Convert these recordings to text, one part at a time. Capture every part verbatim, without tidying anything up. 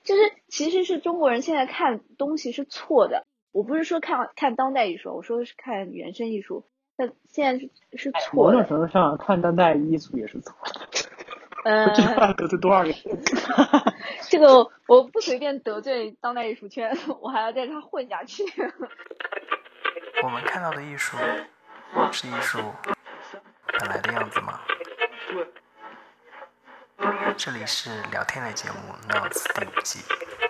就是其实是中国人现在看东西是错的。我不是说看看当代艺术，我说的是看原生艺术，那现在是是错的。 某种程度上看当代艺术也是错的。我知呃， 道得罪多少人。 这个我不随便得罪当代艺术圈，我还要在它混下去。 我们看到的艺术是艺术本来的样子吗？这里是聊天类节目《Notes》第五季。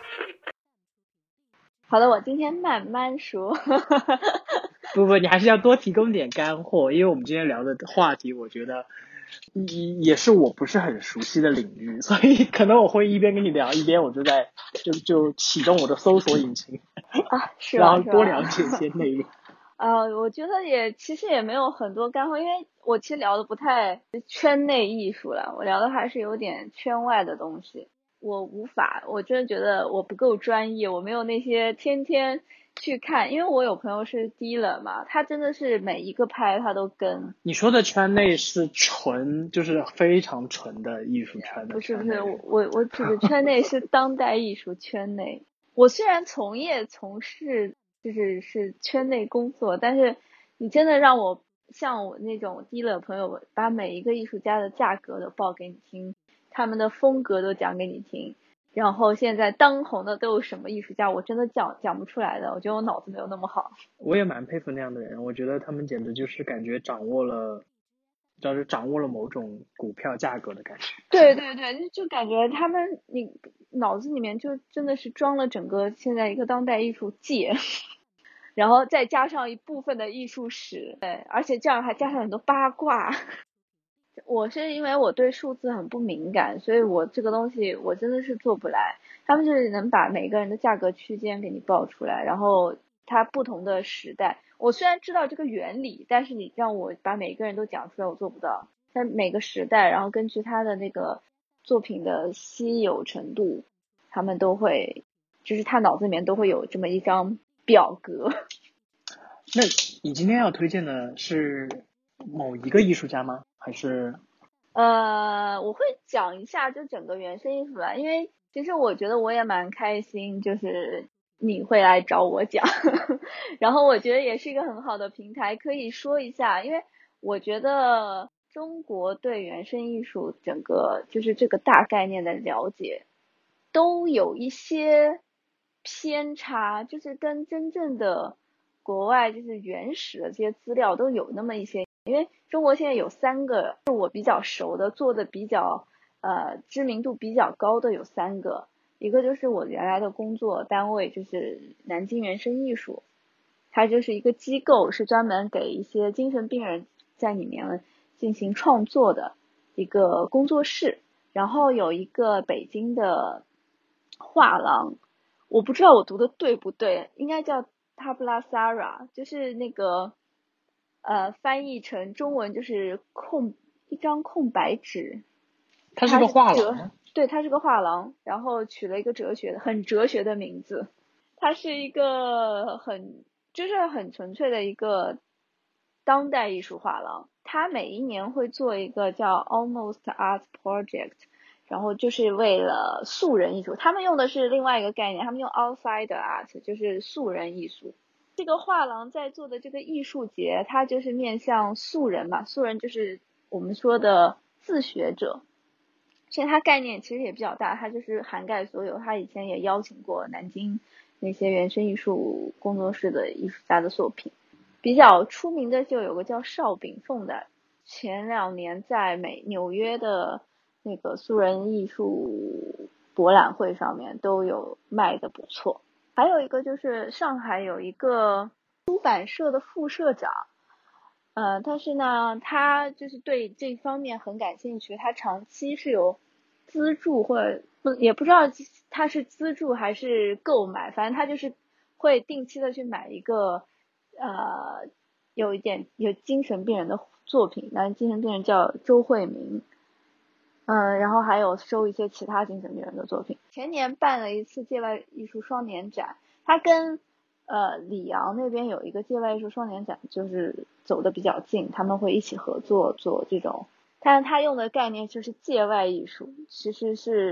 好的，我今天慢慢说。 不不，你还是要多提供点干货，因为我们今天聊的话题，我觉得也是我不是很熟悉的领域，所以可能我会一边跟你聊，一边我就在就就启动我的搜索引擎啊，是然吧？ 后多了解一些内容。 呃，我觉得也其实也没有很多干货，因为我其实聊的不太圈内艺术了，我聊的还是有点圈外的东西。我无法，我真的觉得我不够专业，我没有那些天天去看，因为我有朋友是dealer嘛，他真的是每一个拍他都跟。 你说的圈内是纯，就是非常纯的艺术圈的不是不是， 圈内人。 我我指的圈内是当代艺术圈内。我虽然从业从事就是是圈内工作，但是你真的让我像我那种低了朋友，把每一个艺术家的价格都报给你听，他们的风格都讲给你听，然后现在当红的都有什么艺术家，我真的讲讲不出来的，我觉得我脑子没有那么好。 我也蛮佩服那样的人，我觉得他们简直就是感觉掌握了，就是掌握了某种股票价格的感觉。 对对对，就感觉他们你脑子里面就真的是装了整个现在一个当代艺术界。然后再加上一部分的艺术史，对，而且这样还加上很多八卦。我是因为我对数字很不敏感，所以我这个东西我真的是做不来。他们是能把每个人的价格区间给你报出来，然后它不同的时代，我虽然知道这个原理，但是你让我把每个人都讲出来，我做不到。但每个时代，然后根据他的那个作品的稀有程度，他们都会，就是他脑子里面都会有这么一张表格。 那你今天要推荐的是某一个艺术家吗？还是？ 呃，我会讲一下就整个原生艺术啦，因为其实我觉得我也蛮开心，就是你会来找我讲。然后我觉得也是一个很好的平台，可以说一下，因为我觉得中国对原生艺术整个就是这个大概念的了解都有一些偏差，就是跟真正的国外就是原始的这些资料都有那么一些。因为中国现在有三个是我比较熟的，做的比较呃知名度比较高的有三个，一个就是我原来的工作单位，就是南京原生艺术，它就是一个机构，是专门给一些精神病人在里面进行创作的一个工作室。然后有一个北京的画廊，我不知道我读的对不对，应该叫 Tabla Sara， 就是那个呃翻译成中文就是空一张空白纸。 它是个画廊吗？ 对，它是个画廊，然后取了一个哲学的很哲学的名字。它是一个很就是很纯粹的一个当代艺术画廊，它每一年会做一个叫 Almost Art Project， 然后就是为了素人艺术，他们用的是另外一个概念，他们用 Outside Art， 就是素人艺术。这个画廊在做的这个艺术节，它就是面向素人嘛，素人就是我们说的自学者。其实它概念其实也比较大，它就是涵盖所有，他以前也邀请过南京那些原生艺术工作室的艺术家的作品。比较出名的就有个叫邵炳凤的，前两年在美纽约的那个素人艺术博览会上面都有卖的不错。还有一个就是上海有一个出版社的副社长，呃，但是呢，他就是对这方面很感兴趣，他长期是有资助或者不也不知道他是资助还是购买，反正他就是会定期的去买一个呃有一点有精神病人的作品，那精神病人叫周慧明，嗯、呃，然后还有收一些其他精神病人的作品。前年办了一次界外艺术双年展，他跟呃，里昂那边有一个界外艺术双年展，就是走的比较近，他们会一起合作做这种。但是他用的概念就是界外艺术，其实是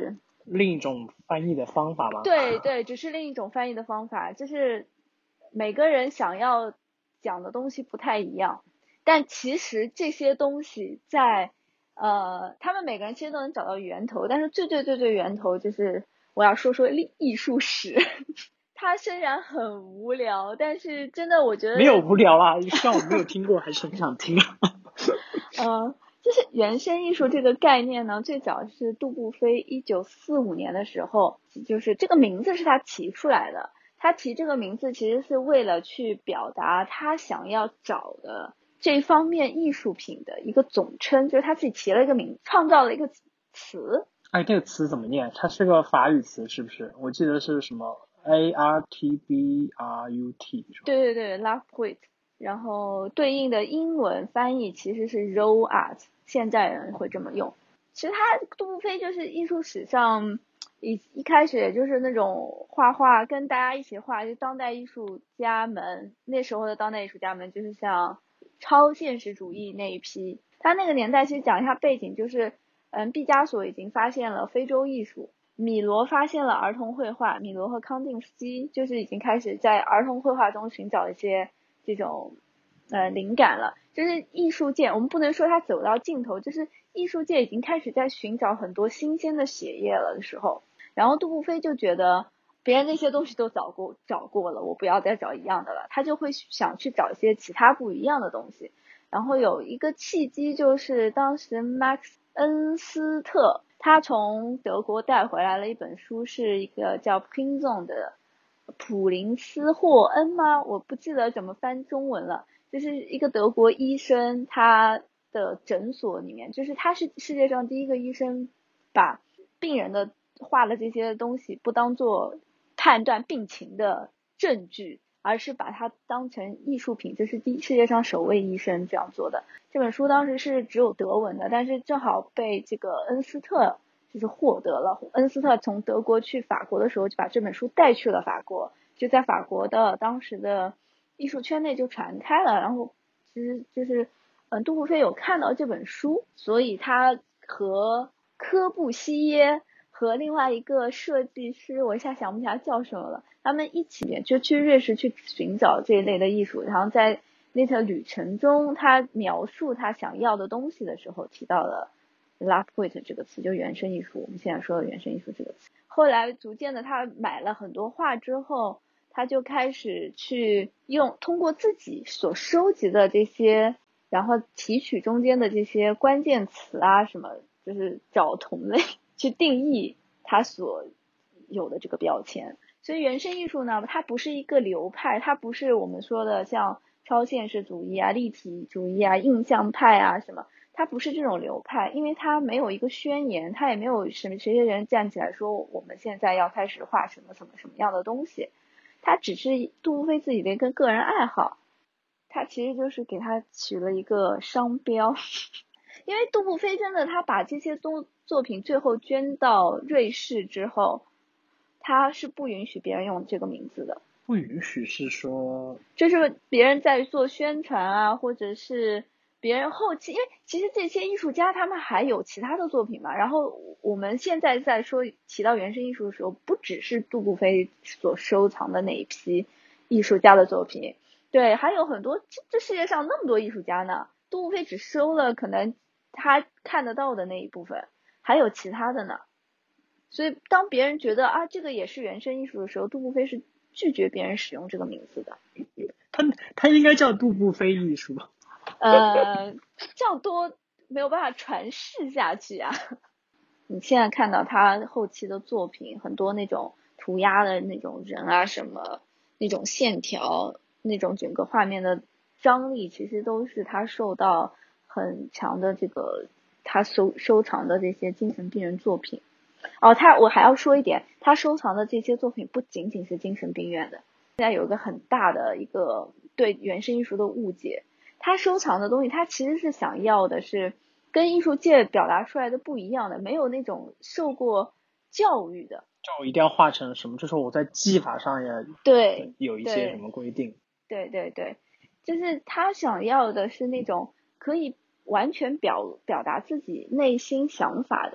另一种翻译的方法吗？ 对对，只是另一种翻译的方法，就是每个人想要讲的东西不太一样，但其实这些东西在呃，他们每个人其实都能找到源头，但是最最最最源头就是我要说说艺艺术史。它虽然很无聊，但是真的我觉得没有无聊啊，像我没有听过，还是很想听。 嗯，就是原生艺术这个概念呢，最早是杜布菲一九四五年的时候，就是这个名字是他提出来的。他提这个名字其实是为了去表达他想要找的这方面艺术品的一个总称，就是他自己提了一个名，创造了一个词。 哎，这个词怎么念？它是个法语词是不是？我记得是什么 A R T B R U T。 对对对 ，L'Art Brut， 然后对应的英文翻译其实是 Raw Art， 现在人会这么用。其实他杜布菲就是艺术史上一一开始也就是那种画画跟大家一起画，就当代艺术家们那时候的当代艺术家们就是像超现实主义那一批。他那个年代其实讲一下背景，就是嗯，毕加索已经发现了非洲艺术，米罗发现了儿童绘画，米罗和康定斯基就是已经开始在儿童绘画中寻找一些这种呃灵感了。就是艺术界，我们不能说它走到尽头，就是艺术界已经开始在寻找很多新鲜的血液了的时候，然后杜布菲就觉得别人那些东西都找过找过了，我不要再找一样的了，他就会想去找一些其他不一样的东西。然后有一个契机，就是当时 Max 恩斯特他从德国带回来了一本书，是一个叫 Pinzon 的普林斯霍恩吗？我不记得怎么翻中文了。就是一个德国医生，他的诊所里面，就是他是世界上第一个医生把病人的画的这些东西不当做判断病情的证据，而是把它当成艺术品，这是第世界上首位医生这样做的。这本书当时是只有德文的，但是正好被这个恩斯特就是获得了。恩斯特从德国去法国的时候就把这本书带去了法国，就在法国的当时的艺术圈内就传开了。然后其实就是嗯，杜布菲有看到这本书，所以他和科布西耶和另外一个设计师，我一下想不起来叫什么了，他们一起就去瑞士去寻找这一类的艺术。然后在那条旅程中，他描述他想要的东西的时候提到了 L'Art Brut 这个词，就原生艺术，我们现在说的原生艺术这个词。后来逐渐的他买了很多画之后，他就开始去用通过自己所收集的这些，然后提取中间的这些关键词啊什么，就是找同类去定义他所有的这个标签。所以原生艺术呢，它不是一个流派，它不是我们说的像超现实主义啊、立体主义啊、印象派啊什么，它不是这种流派，因为它没有一个宣言，它也没有什么谁谁人站起来说我们现在要开始画什么什么什么样的东西，它只是杜布菲自己的一个个人爱好，它其实就是给他取了一个商标。因为杜布菲真的他把这些作作品最后捐到瑞士之后，他是不允许别人用这个名字的。 不允许是说， 就是别人在做宣传啊，或者是别人后期，因为其实这些艺术家他们还有其他的作品嘛。然后我们现在在说提到原生艺术的时候，不只是杜布菲所收藏的那一批艺术家的作品，对，还有很多，这这世界上那么多艺术家呢，杜布菲只收了可能他看得到的那一部分，还有其他的呢。所以当别人觉得啊这个也是原生艺术的时候，杜布菲是拒绝别人使用这个名字的。 他他应该叫杜布菲艺术。 呃，这样多没有办法传世下去啊。你现在看到他后期的作品，很多那种涂鸦的那种人啊什么，那种线条，那种整个画面的张力，其实都是他受到很强的这个他收收藏的这些精神病人作品。哦，他我还要说一点，他收藏的这些作品不仅仅是精神病院的。现在有一个很大的一个对原生艺术的误解，他收藏的东西，他其实是想要的是跟艺术界表达出来的不一样的，没有那种受过教育的。 就一定要画成什么？就是我在技法上也对有一些什么规定。 对对对，就是他想要的是那种可以完全表表达自己内心想法的。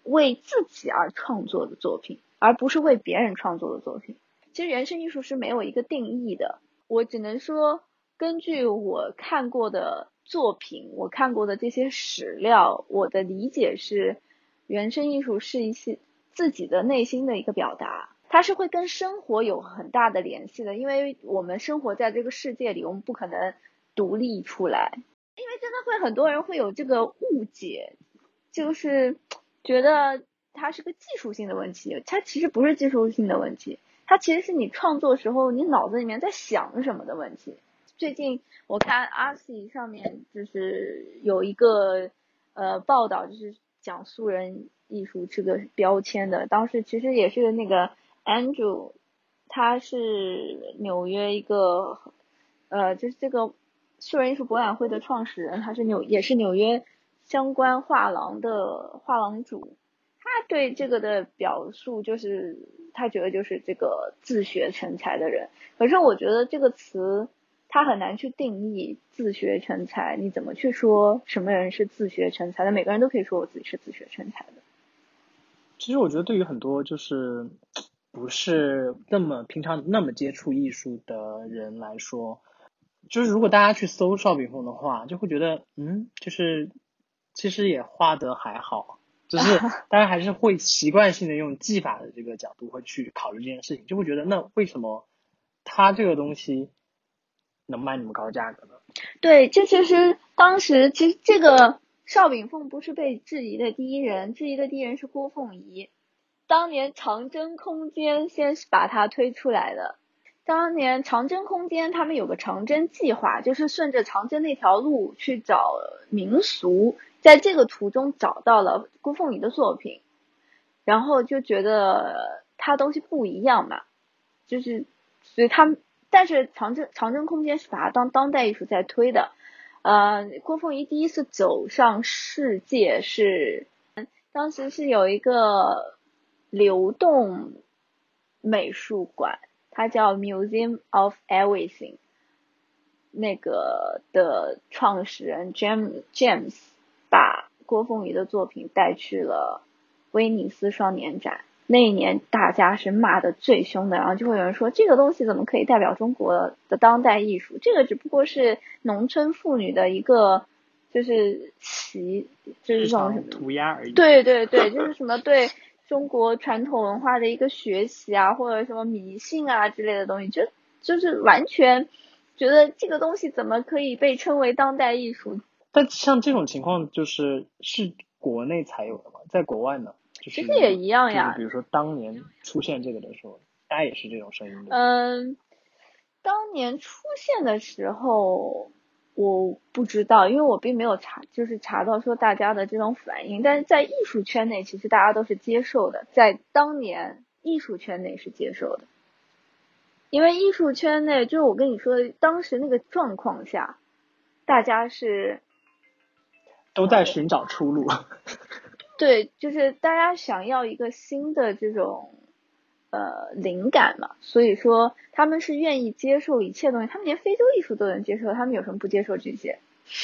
为自己而创作的作品，而不是为别人创作的作品。其实原生艺术是没有一个定义的，我只能说根据我看过的作品，我看过的这些史料，我的理解是原生艺术是一些自己的内心的一个表达，它是会跟生活有很大的联系的，因为我们生活在这个世界里，我们不可能独立出来。因为真的会很多人会有这个误解，就是觉得它是个技术性的问题，它其实不是技术性的问题，它其实是你创作时候你脑子里面在想什么的问题。最近我看 R C 上面就是有一个呃报道，就是讲素人艺术这个标签的，当时其实也是那个 Andrew， 他是纽约一个呃就是这个素人艺术博览会的创始人，他是纽也是纽约相关画廊的画廊主，他对这个的表述就是他觉得就是这个自学成才的人。可是我觉得这个词他很难去定义自学成才，你怎么去说什么人是自学成才的？每个人都可以说我自己是自学成才的。 其实我觉得对于很多就是不是那么平常那么接触艺术的人来说，就是如果大家去搜邵炳凤的话，就会觉得嗯，就是其实也画得还好，只是大家还是会习惯性的用技法的这个角度会去考虑这件事情，就会觉得那为什么他这个东西能卖那么高价格呢？ 对，这其实当时其实这个邵炳凤不是被质疑的第一人，质疑的第一人是郭凤仪。当年长征空间先是把它推出来的，当年长征空间他们有个长征计划，就是顺着长征那条路去找民俗，在这个途中找到了郭凤仪的作品，然后就觉得他东西不一样嘛，就是所以他们但是长征长征空间是把它当当代艺术在推的。呃，郭凤仪第一次走上世界是当时是有一个流动美术馆，它叫 Museum of Everything， 那个的创始人 James James 把郭凤仪的作品带去了威尼斯双年展，那一年大家是骂的最凶的，然后就会有人说这个东西怎么可以代表中国的当代艺术，这个只不过是农村妇女的一个就是旗，就是这种什么涂鸦而已。 对对对，就是什么对中国传统文化的一个学习啊，或者什么迷信啊之类的东西，就就是完全觉得这个东西怎么可以被称为当代艺术。 但像这种情况就是是国内才有的嘛，在国外呢就是其实也一样呀， 就是比如说当年出现这个的时候，大家也是这种声音的。 嗯，当年出现的时候我不知道，因为我并没有查，就是查到说大家的这种反应，但是在艺术圈内其实大家都是接受的，在当年艺术圈内是接受的，因为艺术圈内就是我跟你说当时那个状况下，大家是都在寻找出路。 对，就是大家想要一个新的这种呃灵感嘛，所以说他们是愿意接受一切东西，他们连非洲艺术都能接受，他们有什么不接受这些？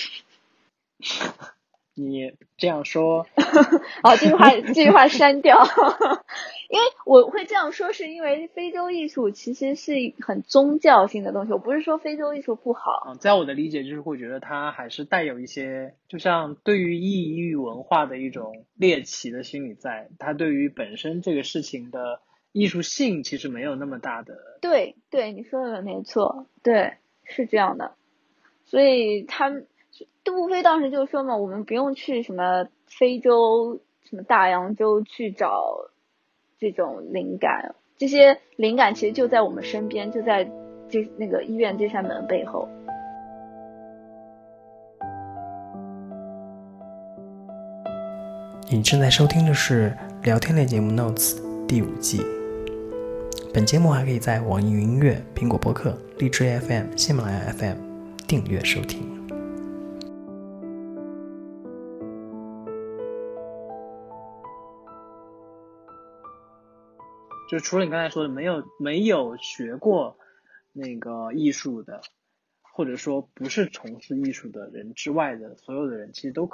你这样说好，这句话这句话删掉。因为我会这样说是因为非洲艺术其实是很宗教性的东西，我不是说非洲艺术不好。 嗯，在我的理解就是会觉得它还是带有一些就像对于异域文化的一种猎奇的心理在，它对于本身这个事情的艺术性其实没有那么大的。 对对，你说的没错，对，是这样的。所以他们杜布菲当时就说嘛，我们不用去什么非洲什么大洋洲去找这种灵感，这些灵感其实就在我们身边，就在这那个医院这扇门背后。 你正在收听的是聊天类节目 Notes 第五季，本节目还可以在网易云音乐、苹果播客、荔枝 F M、喜马拉雅 F M 订阅收听。 就除了你刚才说的没有没有学过那个艺术的，或者说不是从事艺术的人之外的所有的人其实都可以嘛，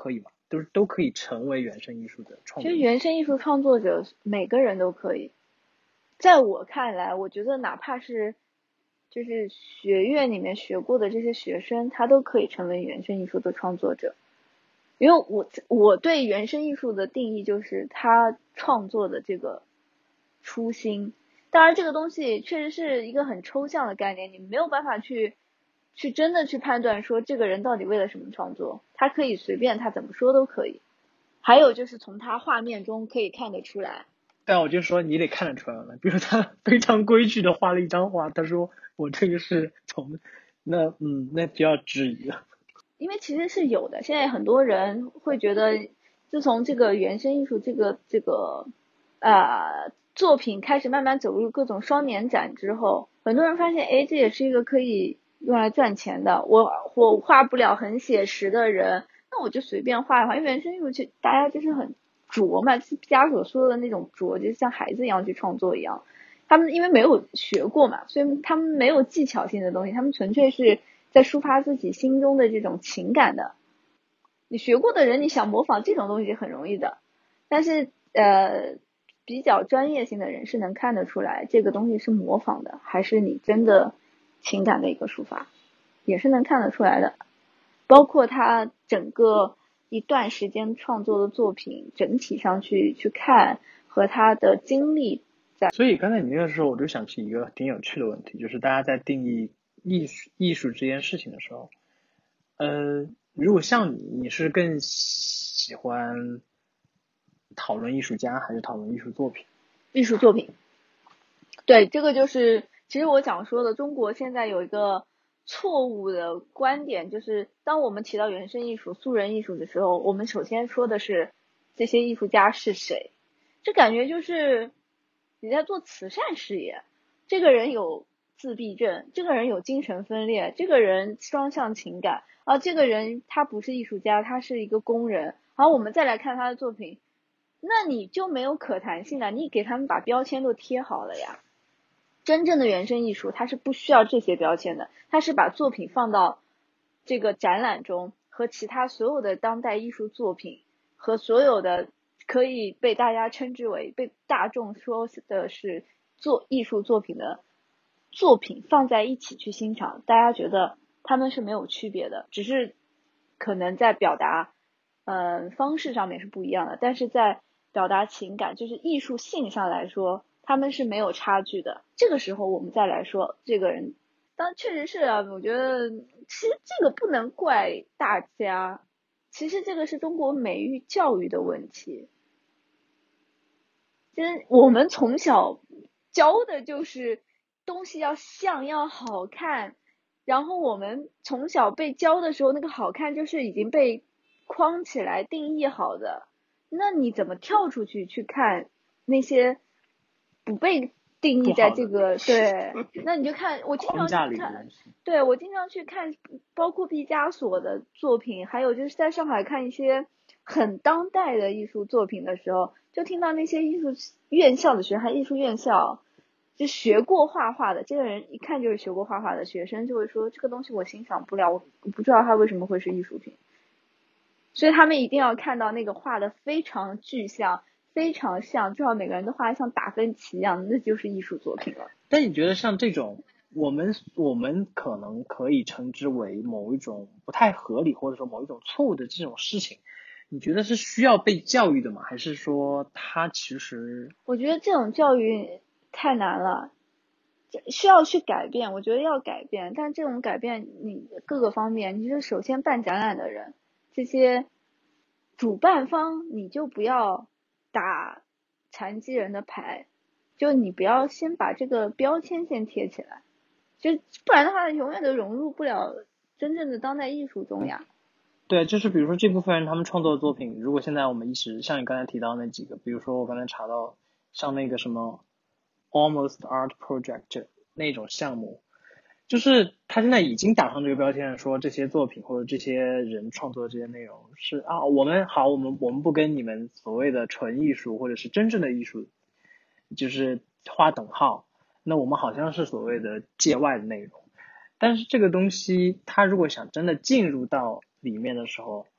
都都可以成为原生艺术的创作者。 其实原生艺术创作者每个人都可以，在我看来，我觉得哪怕是就是学院里面学过的这些学生，他都可以成为原生艺术的创作者。因为我我对原生艺术的定义就是他创作的这个初心。当然这个东西确实是一个很抽象的概念，你没有办法去去真的去判断说这个人到底为了什么创作，他可以随便他怎么说都可以。还有就是从他画面中可以看得出来。 但我就说你得看得出来了，比如他非常规矩的画了一张画，他说我这个是从那嗯那就要质疑了。 因为其实是有的，现在很多人会觉得自从这个原生艺术这个这个呃作品开始慢慢走入各种双年展之后，很多人发现哎这也是一个可以用来赚钱的。我我画不了很写实的人，那我就随便画一画。因为原生艺术其实大家就是很拙嘛，是毕加索说的那种拙，就像孩子一样去创作一样。他们因为没有学过嘛，所以他们没有技巧性的东西，他们纯粹是在抒发自己心中的这种情感的。你学过的人，你想模仿这种东西很容易的，但是呃，比较专业性的人是能看得出来这个东西是模仿的，还是你真的情感的一个抒发，也是能看得出来的。包括他整个一段时间创作的作品，整体上去去看和他的经历。 所以刚才你那个时候，我就想起一个挺有趣的问题，就是大家在定义艺术艺术这件事情的时候，呃，如果像你，你是更喜欢讨论艺术家还是讨论艺术作品？ 艺术作品，对，这个就是其实我想说的，中国现在有一个错误的观点，就是当我们提到原生艺术、素人艺术的时候，我们首先说的是这些艺术家是谁，这感觉就是你在做慈善事业，这个人有自闭症，这个人有精神分裂，这个人双向情感，啊，这个人他不是艺术家，他是一个工人。然后我们再来看他的作品，那你就没有可谈性了，你给他们把标签都贴好了呀。真正的原生艺术它是不需要这些标签的，它是把作品放到这个展览中，和其他所有的当代艺术作品和所有的可以被大家称之为被大众说的是做艺术作品的作品放在一起去欣赏，大家觉得他们是没有区别的，只是可能在表达嗯、呃、方式上面是不一样的，但是在表达情感就是艺术性上来说他们是没有差距的。这个时候我们再来说这个人，当然确实是啊，我觉得其实这个不能怪大家，其实这个是中国美育教育的问题。其实我们从小教的就是东西要像要好看，然后我们从小被教的时候，那个好看就是已经被框起来定义好的，那你怎么跳出去去看那些不被定义在这个对，那你就看我经常去看，对我经常去看包括毕加索的作品，还有就是在上海看一些很当代的艺术作品的时候，就听到那些艺术院校的学生，还艺术院校就学过画画的，这个人一看就是学过画画的学生就会说这个东西我欣赏不了，我不知道它为什么会是艺术品，所以他们一定要看到那个画的非常具象非常像，最好每个人都画得像达芬奇一样，那就是艺术作品了。 但你觉得像这种我们我们可能可以称之为某一种不太合理或者说某一种错误的这种事情，你觉得是需要被教育的吗？还是说它其实我觉得这种教育太难了，需要去改变，我觉得要改变，但这种改变你各个方面，你就是首先办展览的人，这些主办方你就不要打残疾人的牌，就你不要先把这个标签先贴起来，就不然的话永远都融入不了真正的当代艺术中呀。 对，就是比如说这部分人他们创作的作品，如果现在我们一直像你刚才提到那几个，比如说我刚才查到像那个什么 Almost Art Project 那种项目，就是他现在已经打上这个标签，说这些作品或者这些人创作的这些内容是啊，我们好，我们我们不跟你们所谓的纯艺术或者是真正的艺术就是划等号，那我们好像是所谓的界外的内容。但是这个东西它如果想真的进入到里面的时候，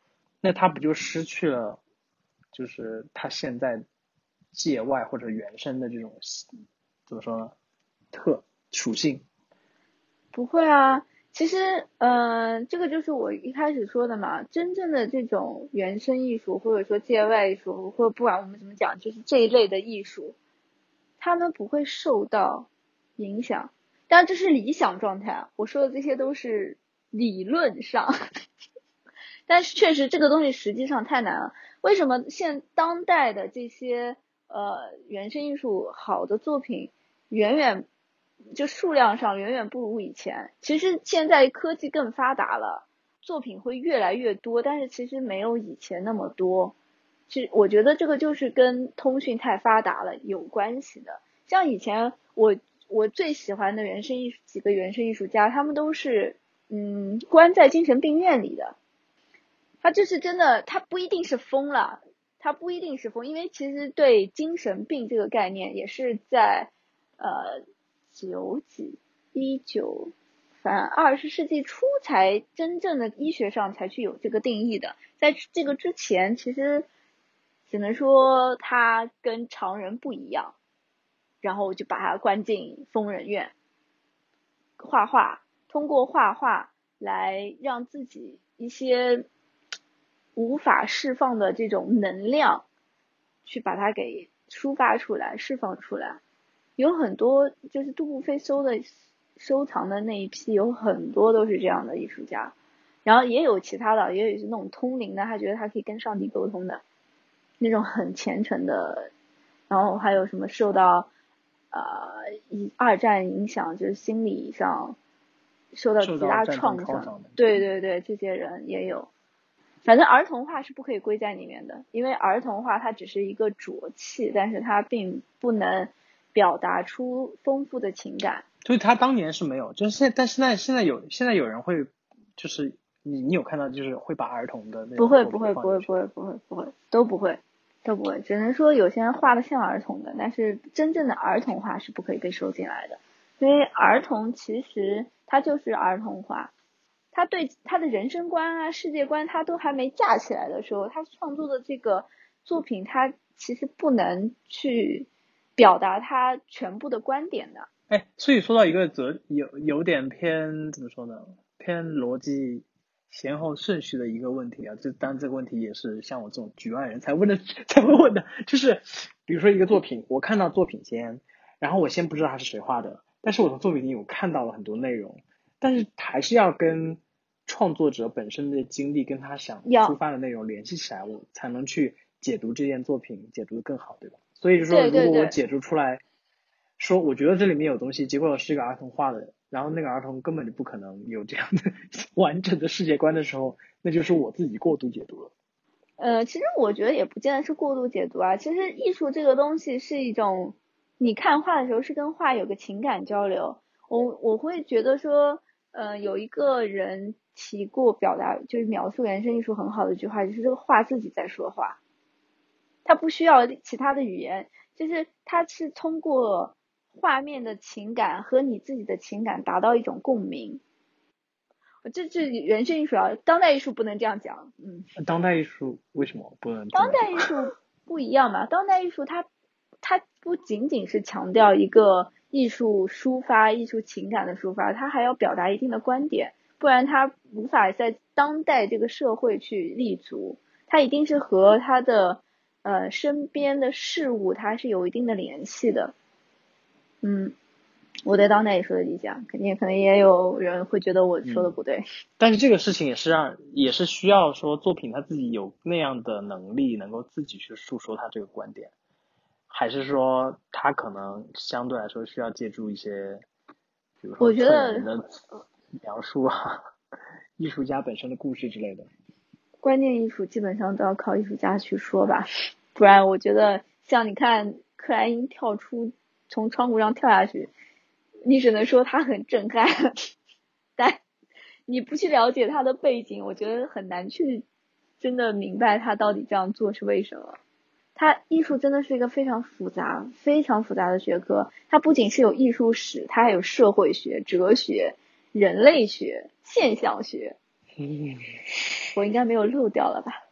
那他不就失去了就是他现在界外或者原生的这种怎么说呢特属性？ 不会啊，其实嗯、呃，这个就是我一开始说的嘛，真正的这种原生艺术或者说界外艺术，或者不管我们怎么讲，就是这一类的艺术，他们不会受到影响。当然这是理想状态，我说的这些都是理论上但是确实这个东西实际上太难了。为什么现当代的这些呃原生艺术好的作品远远就数量上远远不如以前？其实现在科技更发达了，作品会越来越多，但是其实没有以前那么多。其实我觉得这个就是跟通讯太发达了有关系的。像以前我我最喜欢的原生艺术几个原生艺术家，他们都是嗯关在精神病院里的。他就是真的，他不一定是疯了，他不一定是疯，因为其实对精神病这个概念也是在呃九几一九，反正二十世纪初才真正的医学上才去有这个定义的，在这个之前，其实只能说他跟常人不一样，然后就把他关进疯人院，画画，通过画画来让自己一些无法释放的这种能量去把它给抒发出来释放出来。有很多就是杜布菲收的收藏的那一批有很多都是这样的艺术家，然后也有其他的，也有是那种通灵的，他觉得他可以跟上帝沟通的那种很虔诚的，然后还有什么受到呃二战影响，就是心理上受到极大创伤，对对对，这些人也有。反正儿童画是不可以归在里面的，因为儿童画它只是一个着器，但是它并不能表达出丰富的情感。 所以他当年是没有，就是现但现在现在有现在有人会就是你你有看到就是会把儿童的那种不会不会不会不会不会不会都不会都不会，只能说有些人画的像儿童的，但是真正的儿童画是不可以被收进来的，因为儿童其实他就是儿童画。他对他的人生观啊世界观他都还没架起来的时候，他创作的这个作品他其实不能去表达他全部的观点的。 哎，所以说到一个则有有点偏怎么说呢，偏逻辑先后顺序的一个问题啊，这当然这个问题也是像我这种局外人才问的才会问的，就是比如说一个作品，我看到作品先，然后我先不知道他是谁画的，但是我从作品里我看到了很多内容，但是还是要跟创作者本身的经历跟他想抒发的内容联系起来，我才能去解读这件作品，解读的更好，对吧？所以就说如果我解读出来说我觉得这里面有东西，结果是一个儿童画的，然后那个儿童根本就不可能有这样的完整的世界观的时候，那就是我自己过度解读了。 呃，其实我觉得也不见得是过度解读啊，其实艺术这个东西是一种你看画的时候是跟画有个情感交流。我我会觉得说呃，有一个人提过表达就是描述原生艺术很好的一句话，就是这个画自己在说话，它不需要其他的语言，就是它是通过画面的情感和你自己的情感达到一种共鸣。这这原生艺术啊，当代艺术不能这样讲。嗯， 当代艺术为什么不能？ 当代艺术不一样嘛，当代艺术它它不仅仅是强调一个艺术抒发、艺术情感的抒发，它还要表达一定的观点，不然它无法在当代这个社会去立足。它一定是和它的呃身边的事物它是有一定的联系的。嗯。我对当代艺术的理解，肯定可能也有人会觉得我说的不对、嗯、 但是这个事情也是让也是需要说作品他自己有那样的能力能够自己去诉说他这个观点，还是说他可能相对来说需要借助一些比如说特人的描述啊，艺术家本身的故事之类的。 关键艺术基本上都要靠艺术家去说吧，不然我觉得像你看克莱因跳出从窗户上跳下去，你只能说他很震撼，但你不去了解他的背景，我觉得很难去真的明白他到底这样做是为什么。他艺术真的是一个非常复杂非常复杂的学科，它不仅是有艺术史，它还有社会学、哲学、人类学、现象学。嗯，我应该没有漏掉了吧？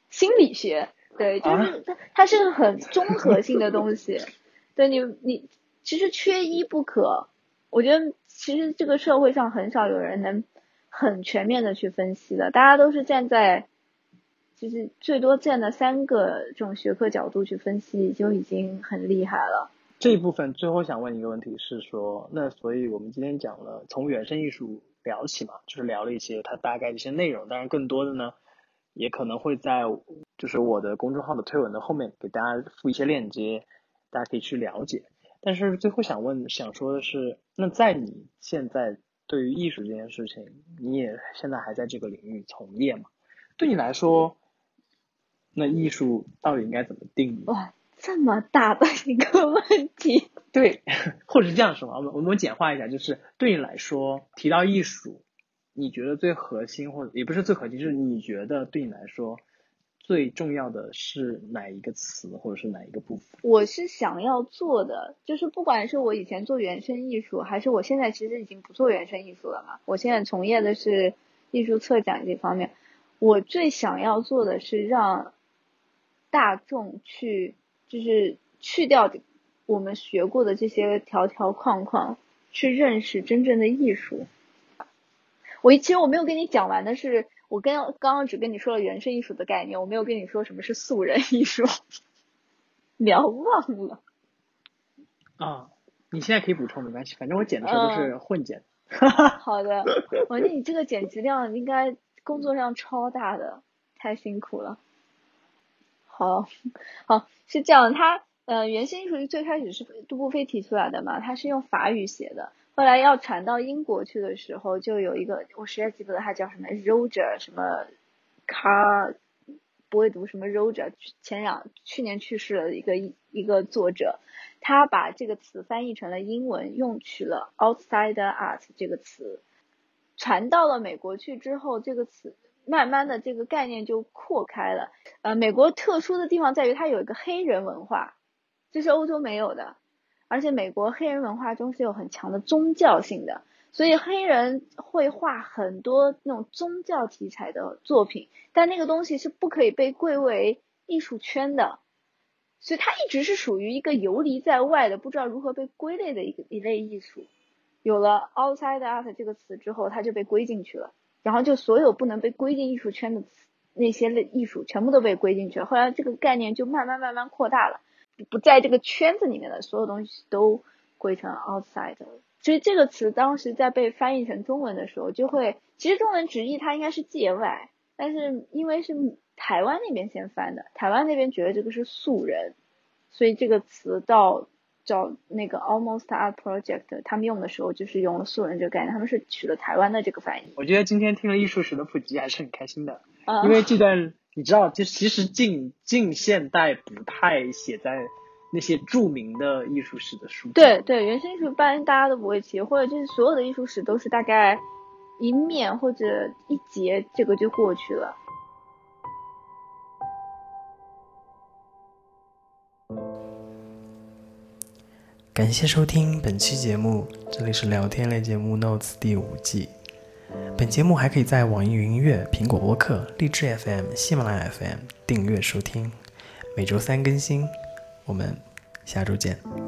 心理学，对，就是它它是个很综合性的东西。对你你其实缺一不可，我觉得其实这个社会上很少有人能很全面的去分析的，大家都是站在就是最多站在三个这种学科角度去分析就已经很厉害了。 这一部分最后想问一个问题是说，那所以我们今天讲了从原生艺术聊起嘛，就是聊了一些它大概的一些内容，当然更多的呢也可能会在就是我的公众号的推文的后面给大家附一些链接，大家可以去了解。但是最后想问想说的是，那在你现在对于艺术这件事情，你也现在还在这个领域从业嘛？对你来说，那艺术到底应该怎么定义？ 哇，这么大的一个问题。 对，或者是这样说，我们我们简化一下，就是对你来说，提到艺术，你觉得最核心，或者也不是最核心，就是你觉得对你来说最重要的是哪一个词，或者是哪一个部分？ 我是想要做的，就是不管是我以前做原生艺术，还是我现在其实已经不做原生艺术了嘛，我现在从业的是艺术策展这方面，我最想要做的是让大众去就是去掉我们学过的这些条条框框，去认识真正的艺术。我其实我没有跟你讲完的是，我跟刚刚只跟你说了原生艺术的概念，我没有跟你说什么是素人艺术，聊忘了。 啊，你现在可以补充没关系，反正我剪的时候都是混剪。 嗯、好的，我那你这个剪辑量应该工作量超大的，太辛苦了。好，好，是这样，他呃原生艺术最开始是杜布菲提出来的嘛，他是用法语写的，后来要传到英国去的时候，就有一个我实在记不得他叫什么 Roger 什么 Car 不会读什么 Roger， 前两去年去世了的一个一个作者，他把这个词翻译成了英文，用取了 outsider art 这个词，传到了美国去之后，这个词慢慢的这个概念就扩开了。呃，美国特殊的地方在于它有一个黑人文化，这是欧洲没有的，而且美国黑人文化中是有很强的宗教性的，所以黑人会画很多那种宗教题材的作品，但那个东西是不可以被归为艺术圈的，所以它一直是属于一个游离在外的，不知道如何被归类的一个一类艺术。有了 outside art 这个词之后，它就被归进去了，然后就所有不能被归进艺术圈的那些类艺术全部都被归进去了，后来这个概念就慢慢慢慢扩大了，不在这个圈子里面的所有东西都归成 outside 了。所以这个词当时在被翻译成中文的时候，就会其实中文直译它应该是界外，但是因为是台湾那边先翻的，台湾那边觉得这个是素人，所以这个词到找那个 Almost Art Project 他们用的时候就是用了素人这个概念，他们是取了台湾的这个翻译。 我觉得今天听了艺术史的普及还是很开心的， 嗯、 因为这段你知道就其实近近现代不太写在那些著名的艺术史的书。 对对，原生艺术一般大家都不会提，或者就是所有的艺术史都是大概一面或者一节这个就过去了。 感谢收听本期节目，这里是聊天类节目 Notes 第五季。本节目还可以在网易云音乐、苹果播客、荔枝 F M、喜马拉雅 F M 订阅收听，每周三更新。我们下周见。